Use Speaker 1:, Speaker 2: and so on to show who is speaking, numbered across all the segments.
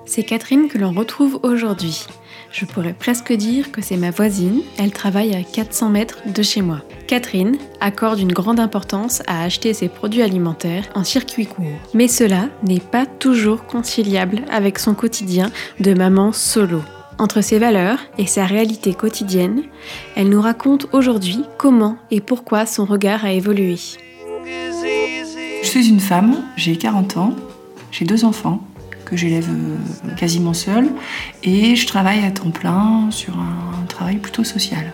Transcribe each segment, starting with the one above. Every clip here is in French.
Speaker 1: C'est Catherine que l'on retrouve aujourd'hui. Je pourrais presque dire que c'est ma voisine, elle travaille à 400 mètres de chez moi. Catherine accorde une grande importance à acheter ses produits alimentaires en circuit court. Mais cela n'est pas toujours conciliable avec son quotidien de maman solo. Entre ses valeurs et sa réalité quotidienne, elle nous raconte aujourd'hui comment et pourquoi son regard a évolué.
Speaker 2: Je suis une femme, j'ai 40 ans, j'ai 2 enfants que j'élève quasiment seule et je travaille à temps plein sur un travail plutôt social.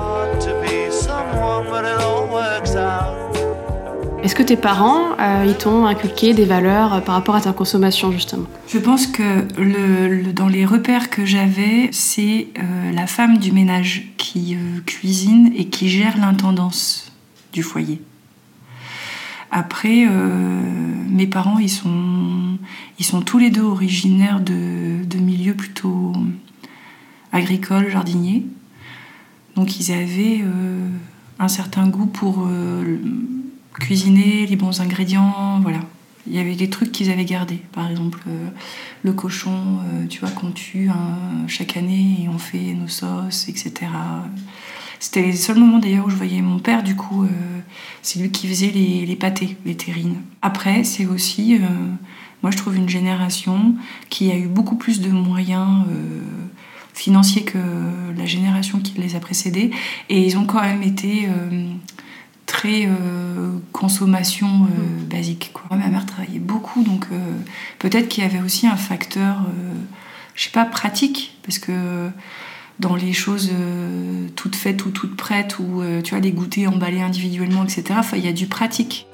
Speaker 3: Est-ce que tes parents ils t'ont inculqué des valeurs par rapport à ta consommation justement ?
Speaker 2: Je pense que dans les repères que j'avais, c'est la femme du ménage qui cuisine et qui gère l'intendance du foyer. Après, mes parents, ils sont tous les deux originaires de milieux plutôt agricoles, jardiniers. Donc ils avaient un certain goût pour cuisiner, les bons ingrédients, voilà. Il y avait des trucs qu'ils avaient gardés. Par exemple, le cochon, tu vois, qu'on tue chaque année et on fait nos sauces, etc. C'était les seuls moments d'ailleurs où je voyais mon père, du coup, c'est lui qui faisait les pâtés, les terrines. Après, c'est aussi, moi je trouve, une génération qui a eu beaucoup plus de moyens financiers que la génération qui les a précédés. Et ils ont quand même été très consommation basique, quoi. Moi, ma mère travaillait beaucoup, donc peut-être qu'il y avait aussi un facteur, je sais pas, pratique, parce que dans les choses toutes faites ou toutes prêtes, ou tu vois, les goûters emballés individuellement, etc., il y a du pratique.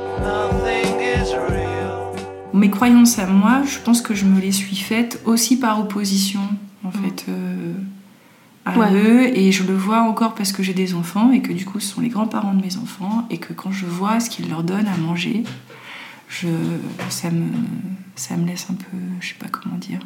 Speaker 2: Mes croyances à moi, je pense que je me les suis faites aussi par opposition, en fait, à eux, et je le vois encore parce que j'ai des enfants, et que du coup, ce sont les grands-parents de mes enfants, et que quand je vois ce qu'ils leur donnent à manger, ça me laisse un peu, je sais pas comment dire...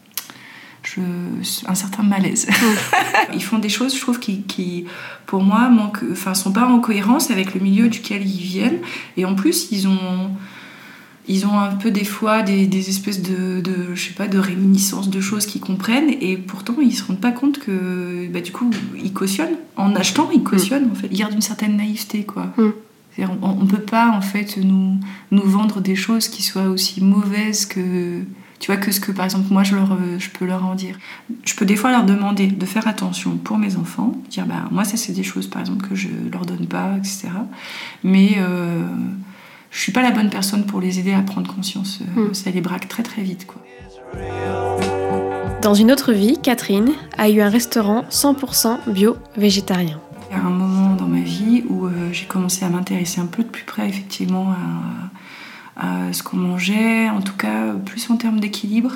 Speaker 2: un certain malaise. Ils font des choses, je trouve, qui pour moi, sont pas en cohérence avec le milieu duquel ils viennent. Et en plus, ils ont un peu des fois des espèces de je sais pas, de réminiscences de choses qu'ils comprennent. Et pourtant, ils se rendent pas compte que, du coup, ils cautionnent. En achetant, ils cautionnent, en fait. Ils gardent une certaine naïveté, quoi. On peut pas, en fait, nous vendre des choses qui soient aussi mauvaises que... Tu vois, que ce que, par exemple, moi, je peux leur en dire. Je peux des fois leur demander de faire attention pour mes enfants. Dire, moi, ça, c'est des choses, par exemple, que je leur donne pas, etc. Mais je suis pas la bonne personne pour les aider à prendre conscience. Ça les braque très, très vite, quoi.
Speaker 1: Dans une autre vie, Catherine a eu un restaurant 100% bio-végétarien.
Speaker 2: Il y a un moment dans ma vie où j'ai commencé à m'intéresser un peu de plus près, effectivement, à ce qu'on mangeait, en tout cas plus en termes d'équilibre,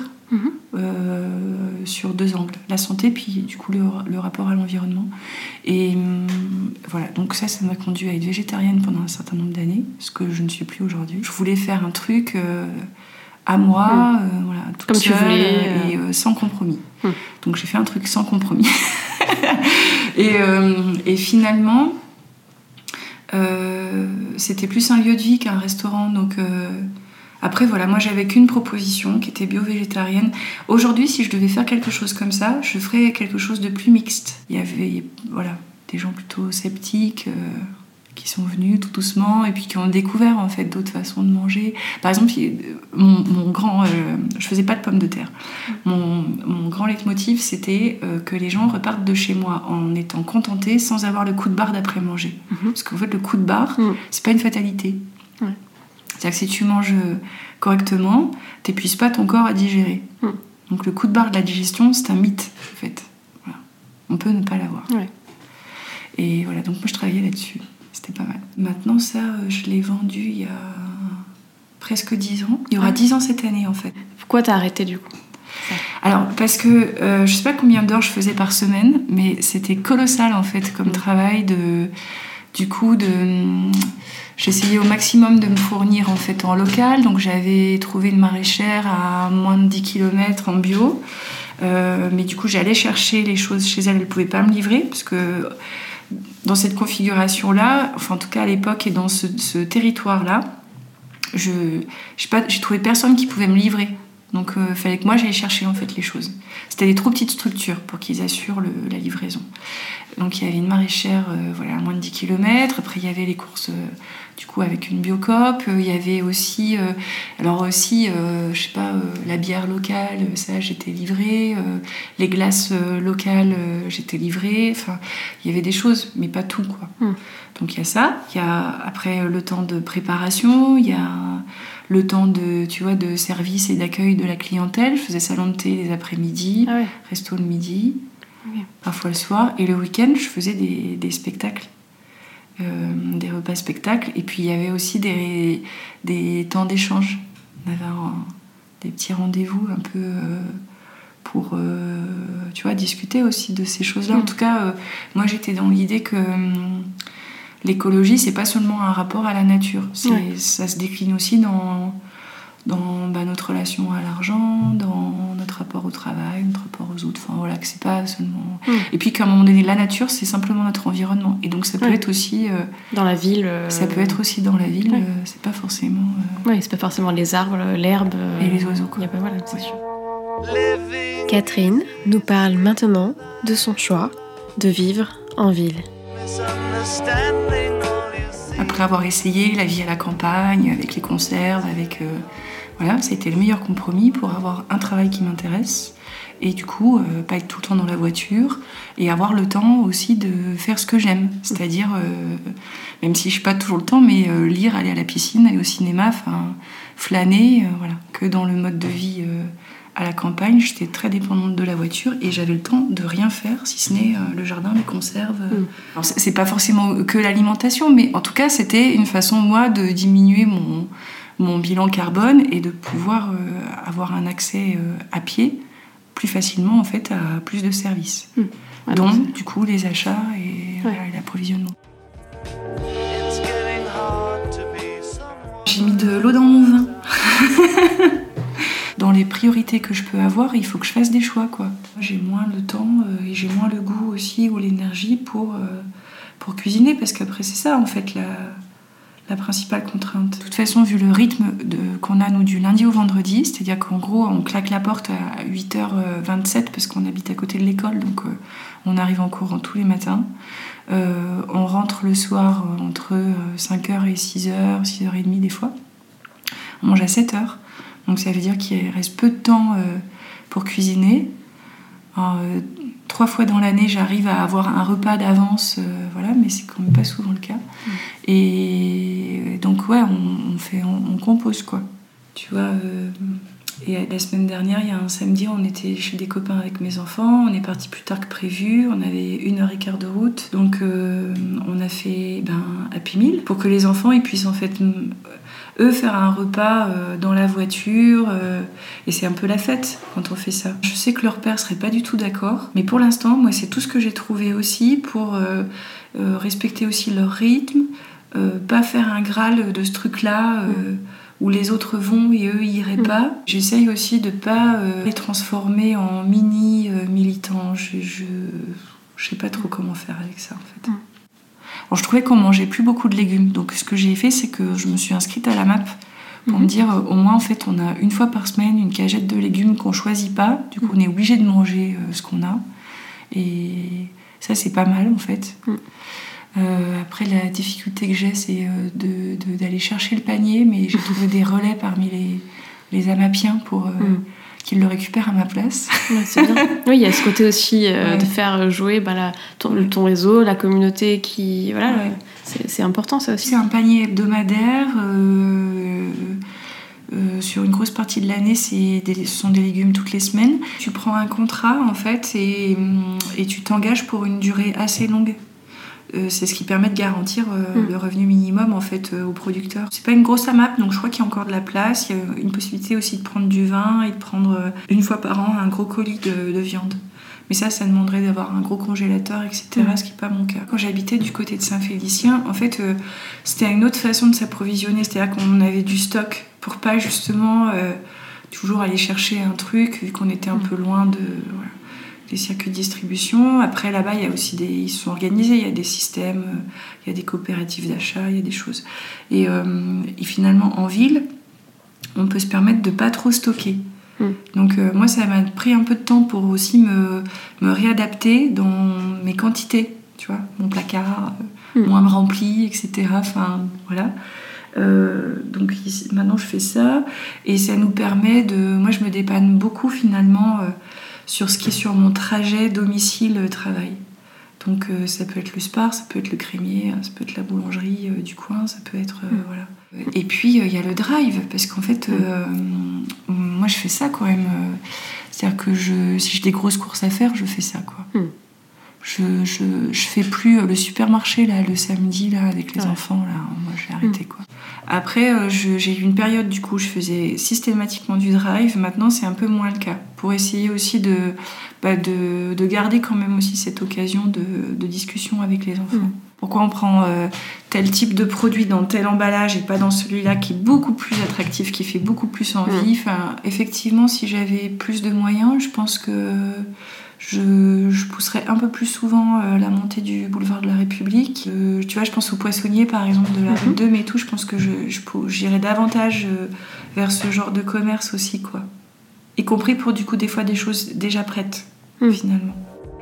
Speaker 2: sur 2 angles, la santé puis du coup le rapport à l'environnement. Et voilà, donc ça m'a conduit à être végétarienne pendant un certain nombre d'années, ce que je ne suis plus aujourd'hui. Je voulais faire un truc à moi, voilà, toute
Speaker 3: comme
Speaker 2: seule,
Speaker 3: tu voulais,
Speaker 2: et sans compromis. Donc j'ai fait un truc sans compromis. Et finalement... c'était plus un lieu de vie qu'un restaurant, donc après voilà, moi j'avais qu'une proposition qui était bio-végétarienne. Aujourd'hui, si je devais faire quelque chose comme ça, je ferais quelque chose de plus mixte. Il y avait des gens plutôt sceptiques qui sont venus tout doucement et puis qui ont découvert en fait d'autres façons de manger. Par exemple, mon grand, je faisais pas de pommes de terre. Mon grand leitmotiv, c'était que les gens repartent de chez moi en étant contentés sans avoir le coup de barre d'après manger. Parce qu'en fait, le coup de barre, c'est pas une fatalité. C'est-à-dire que si tu manges correctement, t'épuises pas ton corps à digérer. Donc le coup de barre de la digestion, c'est un mythe en fait. Voilà. On peut ne pas l'avoir. Et voilà, donc moi je travaillais là-dessus. C'était pas mal. Maintenant, ça, je l'ai vendu il y a presque 10 ans. Il y aura 10 ans cette année, en fait.
Speaker 3: Pourquoi t'as arrêté, du coup ?
Speaker 2: Alors, parce que je sais pas combien d'heures je faisais par semaine, mais c'était colossal, en fait, comme travail. J'essayais au maximum de me fournir, en fait, en local. Donc, j'avais trouvé une maraîchère à moins de 10 km en bio. Mais du coup, j'allais chercher les choses chez elle. Elle pouvait pas me livrer, parce que... Dans cette configuration-là, enfin en tout cas à l'époque et dans ce territoire-là, j'ai trouvé personne qui pouvait me livrer. Donc il fallait que moi j'aille chercher en fait les choses. C'était des trop petites structures pour qu'ils assurent la livraison. Donc il y avait une maraîchère à moins de 10 km. Après il y avait les courses du coup avec une Biocoop. Il y avait aussi, la bière locale, ça j'étais livrée. Les glaces locales, j'étais livrée. Enfin, il y avait des choses, mais pas tout quoi. Donc il y a ça. Il y a après le temps de préparation. Il y a le temps de service et d'accueil de la clientèle. Je faisais salon de thé les après-midi, resto le midi, parfois le soir. Et le week-end, je faisais des spectacles, des repas spectacles. Et puis il y avait aussi des temps d'échange. On avait des petits rendez-vous un peu pour discuter aussi de ces choses-là. En tout cas, moi j'étais dans l'idée que l'écologie, c'est pas seulement un rapport à la nature. Ça se décline aussi dans notre relation à l'argent, dans notre rapport au travail, notre rapport aux autres. Enfin voilà, que c'est pas seulement. Et puis qu'à un moment donné, la nature, c'est simplement notre environnement. Et donc ça peut être aussi
Speaker 3: dans la ville.
Speaker 2: Ça peut être aussi dans la ville. C'est pas forcément.
Speaker 3: C'est pas forcément les arbres, l'herbe
Speaker 2: et les oiseaux. Quoi.
Speaker 3: C'est sûr.
Speaker 1: Catherine nous parle maintenant de son choix de vivre en ville.
Speaker 2: Après avoir essayé la vie à la campagne, avec les conserves, ça a été le meilleur compromis pour avoir un travail qui m'intéresse et du coup, pas être tout le temps dans la voiture et avoir le temps aussi de faire ce que j'aime. C'est-à-dire, même si je suis pas toujours le temps, mais lire, aller à la piscine, aller au cinéma, flâner, que dans le mode de vie à la campagne, j'étais très dépendante de la voiture et j'avais le temps de rien faire, si ce n'est le jardin, les conserves. Alors, c'est pas forcément que l'alimentation, mais en tout cas, c'était une façon, moi, de diminuer mon bilan carbone et de pouvoir avoir un accès à pied plus facilement, en fait, à plus de services. Donc, du coup, les achats et l'approvisionnement. J'ai mis de l'eau dans mon vin. Dans les priorités que je peux avoir, il faut que je fasse des choix, quoi. J'ai moins le temps et j'ai moins le goût aussi ou l'énergie pour cuisiner, parce qu'après c'est ça en fait la principale contrainte. De toute façon, vu le rythme qu'on a nous du lundi au vendredi, c'est-à-dire qu'en gros on claque la porte à 8h27 parce qu'on habite à côté de l'école, donc on arrive en courant tous les matins. On rentre le soir entre 5h et 6h, 6h30 des fois. On mange à 7h. Donc ça veut dire qu'il reste peu de temps pour cuisiner. Alors, 3 fois dans l'année, j'arrive à avoir un repas d'avance, mais c'est quand même pas souvent le cas. Et donc on compose quoi. Tu vois, et la semaine dernière, il y a un samedi, on était chez des copains avec mes enfants. On est parti plus tard que prévu. On avait 1h15 de route. Donc on a fait Happy Meal pour que les enfants ils puissent en fait eux faire un repas dans la voiture et c'est un peu la fête quand on fait ça. Je sais que leur père serait pas du tout d'accord, mais pour l'instant moi c'est tout ce que j'ai trouvé aussi pour respecter aussi leur rythme, pas faire un Graal de ce truc là où les autres vont et eux ils iraient pas. J'essaye aussi de pas les transformer en mini militants. Je sais pas trop comment faire avec ça en fait. Alors, je trouvais qu'on mangeait plus beaucoup de légumes, donc ce que j'ai fait, c'est que je me suis inscrite à la MAP pour me dire, au moins en fait, on a une fois par semaine une cagette de légumes qu'on choisit pas. Du coup, on est obligé de manger ce qu'on a, et ça c'est pas mal en fait. Après, la difficulté que j'ai, c'est d'aller chercher le panier, mais j'ai trouvé des relais parmi les amapiens pour qu'ils le récupèrent à ma place.
Speaker 3: C'est bien. Oui, il y a ce côté aussi de faire jouer ton réseau, la communauté qui... c'est important ça aussi.
Speaker 2: C'est un panier hebdomadaire. Sur une grosse partie de l'année, ce sont des légumes toutes les semaines. Tu prends un contrat en fait et tu t'engages pour une durée assez longue. C'est ce qui permet de garantir le revenu minimum en fait aux producteurs. C'est pas une grosse AMAP, donc je crois qu'il y a encore de la place. Il y a une possibilité aussi de prendre du vin et de prendre une fois par an un gros colis de viande. Mais ça demanderait d'avoir un gros congélateur, etc., ce qui n'est pas mon cas. Quand j'habitais du côté de Saint-Félicien, en fait, c'était une autre façon de s'approvisionner. C'est-à-dire qu'on avait du stock pour pas justement toujours aller chercher un truc, vu qu'on était un peu loin des circuits de distribution. Après, là-bas, il y a aussi ils se sont organisés, il y a des systèmes, il y a des coopératives d'achat, il y a des choses. Et finalement, en ville, on peut se permettre de pas trop stocker. Donc moi, ça m'a pris un peu de temps pour aussi me réadapter dans mes quantités, tu vois, mon placard moins rempli, etc. Enfin, voilà. Donc ici, maintenant, je fais ça. Et ça nous permet de... Moi, je me dépanne beaucoup, finalement, sur ce qui est sur mon trajet domicile-travail. Donc ça peut être le Spar, ça peut être le crémier, ça peut être la boulangerie du coin, ça peut être... voilà. Et puis il y a le drive, parce qu'en fait, moi je fais ça quand même. C'est-à-dire que si j'ai des grosses courses à faire, je fais ça, quoi. Je fais plus le supermarché là, le samedi là, avec les enfants, là. Moi j'ai arrêté, quoi. Après, j'ai eu une période, du coup, je faisais systématiquement du drive. Maintenant, c'est un peu moins le cas. Pour essayer aussi de garder quand même aussi cette occasion de discussion avec les enfants. Pourquoi on prend tel type de produit dans tel emballage et pas dans celui-là qui est beaucoup plus attractif, qui fait beaucoup plus envie. Enfin, effectivement, si j'avais plus de moyens, je pense que je pousserais un peu plus souvent la montée du boulevard de la République. Tu vois, je pense aux poissonniers, par exemple, de la rue 2, mais tout. Je pense que j'irais davantage vers ce genre de commerce aussi, quoi. Y compris pour, du coup, des fois, des choses déjà prêtes, finalement.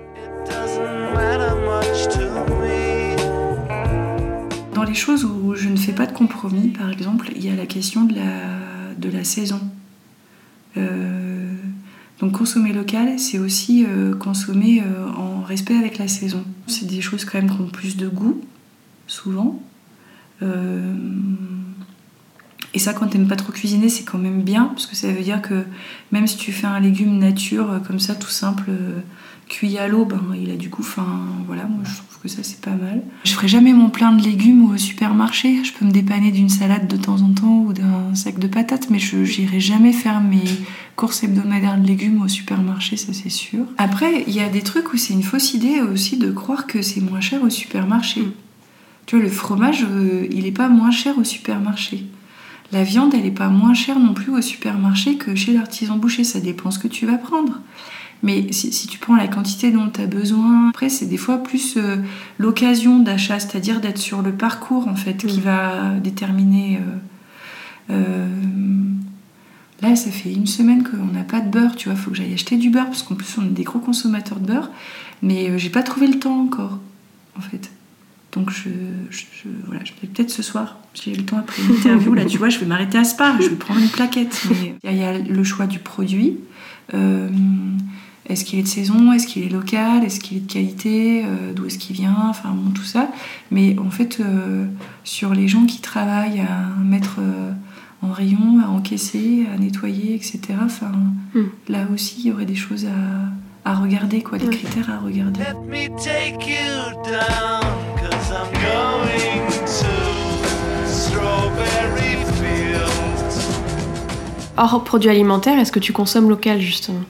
Speaker 2: Dans les choses où je ne fais pas de compromis, par exemple, il y a la question de la saison. Donc consommer local, c'est aussi consommer en respect avec la saison. C'est des choses quand même qui ont plus de goût, souvent. Et ça, quand t'aimes pas trop cuisiner, c'est quand même bien, parce que ça veut dire que même si tu fais un légume nature, comme ça, tout simple, cuit à l'eau, il a du goût. Enfin, voilà, moi je trouve que ça, c'est pas mal. Je ferai jamais mon plein de légumes au supermarché. Je peux me dépanner d'une salade de temps en temps ou d'un sac de patates, mais je n'irai jamais faire mes courses hebdomadaires de légumes au supermarché, ça c'est sûr. Après, il y a des trucs où c'est une fausse idée aussi de croire que c'est moins cher au supermarché. Tu vois, le fromage, il est pas moins cher au supermarché. La viande, elle est pas moins chère non plus au supermarché que chez l'artisan boucher. Ça dépend ce que tu vas prendre. Mais si tu prends la quantité dont tu as besoin, après, c'est des fois plus l'occasion d'achat, c'est-à-dire d'être sur le parcours, en fait, qui va déterminer... Là, ça fait une semaine qu'on n'a pas de beurre, tu vois. Il faut que j'aille acheter du beurre, parce qu'en plus, on est des gros consommateurs de beurre. Mais j'ai pas trouvé le temps encore, en fait. Donc, voilà, je vais peut-être ce soir, j'ai eu le temps après l'interview, là, tu vois, je vais m'arrêter à Spar, je vais prendre une plaquette. Mais il y a le choix du produit. Est-ce qu'il est de saison? Est-ce qu'il est local? Est-ce qu'il est de qualité? D'où est-ce qu'il vient? Enfin, bon, tout ça. Mais en fait, sur les gens qui travaillent à mettre en rayon, à encaisser, à nettoyer, etc., enfin, là aussi, il y aurait des choses à regarder, quoi, des critères à regarder. Let me take you down, 'cause I'm going to strawberry fields.
Speaker 3: Hors produits alimentaires, est-ce que tu consommes local, justement?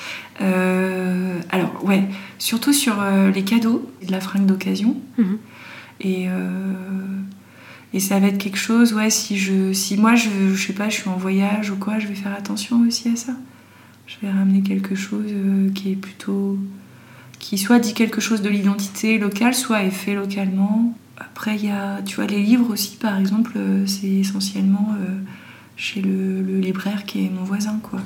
Speaker 2: Alors, ouais, surtout sur les cadeaux et de la fringue d'occasion. Et ça va être quelque chose, ouais, si moi, je sais pas, je suis en voyage ou quoi, je vais faire attention aussi à ça. Je vais ramener quelque chose qui soit dit quelque chose de l'identité locale, soit est fait localement. Après, il y a, tu vois, les livres aussi, par exemple, c'est essentiellement chez le libraire qui est mon voisin, quoi.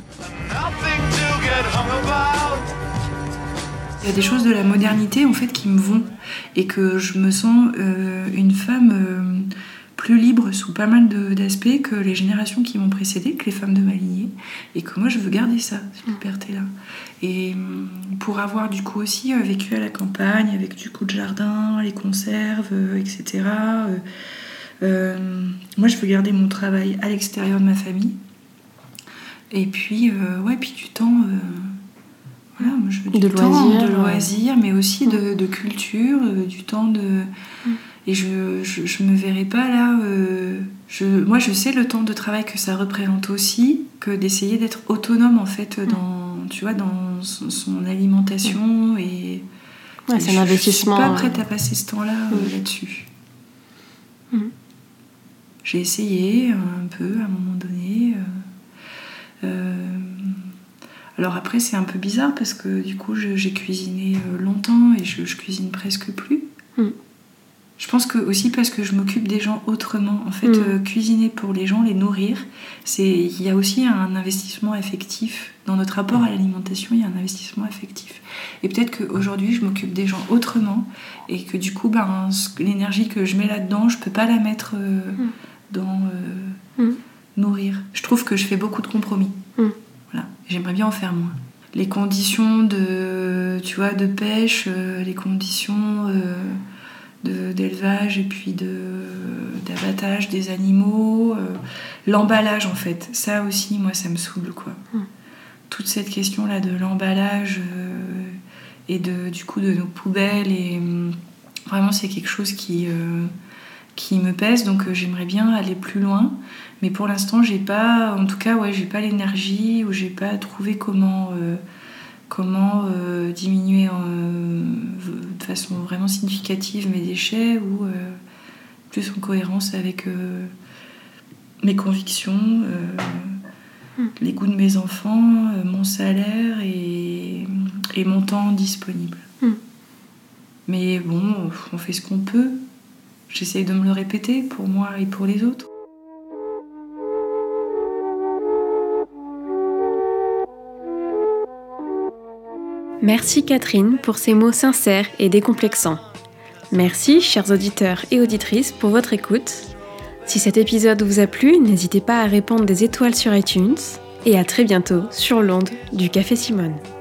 Speaker 2: Il y a des choses de la modernité, en fait, qui me vont. Et que je me sens une femme plus libre sous pas mal d'aspects que les générations qui m'ont précédée, que les femmes de ma lignée. Et que moi, je veux garder ça, cette liberté-là. Et pour avoir, du coup, aussi vécu à la campagne, avec du coup de jardin, les conserves, etc., moi, je veux garder mon travail à l'extérieur de ma famille. Et puis, puis du temps... Voilà, moi je veux du temps de loisirs, mais aussi de culture, du temps de... Et je me verrais pas là... Moi, je sais le temps de travail que ça représente aussi, que d'essayer d'être autonome, en fait, dans son alimentation. Et
Speaker 3: c'est un investissement.
Speaker 2: Je suis pas prête à passer ce temps-là là-dessus. J'ai essayé un peu, à un moment donné... Alors après, c'est un peu bizarre parce que du coup, j'ai cuisiné longtemps et je cuisine presque plus. Je pense que aussi parce que je m'occupe des gens autrement. En fait, cuisiner pour les gens, les nourrir, il y a aussi un investissement affectif. Dans notre rapport à l'alimentation, il y a un investissement affectif. Et peut-être qu'aujourd'hui, je m'occupe des gens autrement et que du coup, l'énergie que je mets là-dedans, je peux pas la mettre dans nourrir. Je trouve que je fais beaucoup de compromis. Voilà. J'aimerais bien en faire moins. Les conditions de pêche, les conditions d'élevage et puis d'abattage des animaux, l'emballage en fait, ça aussi moi ça me saoule quoi. Toute cette question là de l'emballage et du coup de nos poubelles, et vraiment c'est quelque chose qui me pèse, donc j'aimerais bien aller plus loin, mais pour l'instant j'ai pas l'énergie, ou j'ai pas trouvé comment diminuer de façon vraiment significative mes déchets, ou plus en cohérence avec mes convictions, les goûts de mes enfants, mon salaire et mon temps disponible. Mais bon, on fait ce qu'on peut. J'essaye de me le répéter pour moi et pour les autres.
Speaker 1: Merci Catherine pour ces mots sincères et décomplexants. Merci, chers auditeurs et auditrices, pour votre écoute. Si cet épisode vous a plu, n'hésitez pas à répandre des étoiles sur iTunes, et à très bientôt sur l'onde du Café Simone.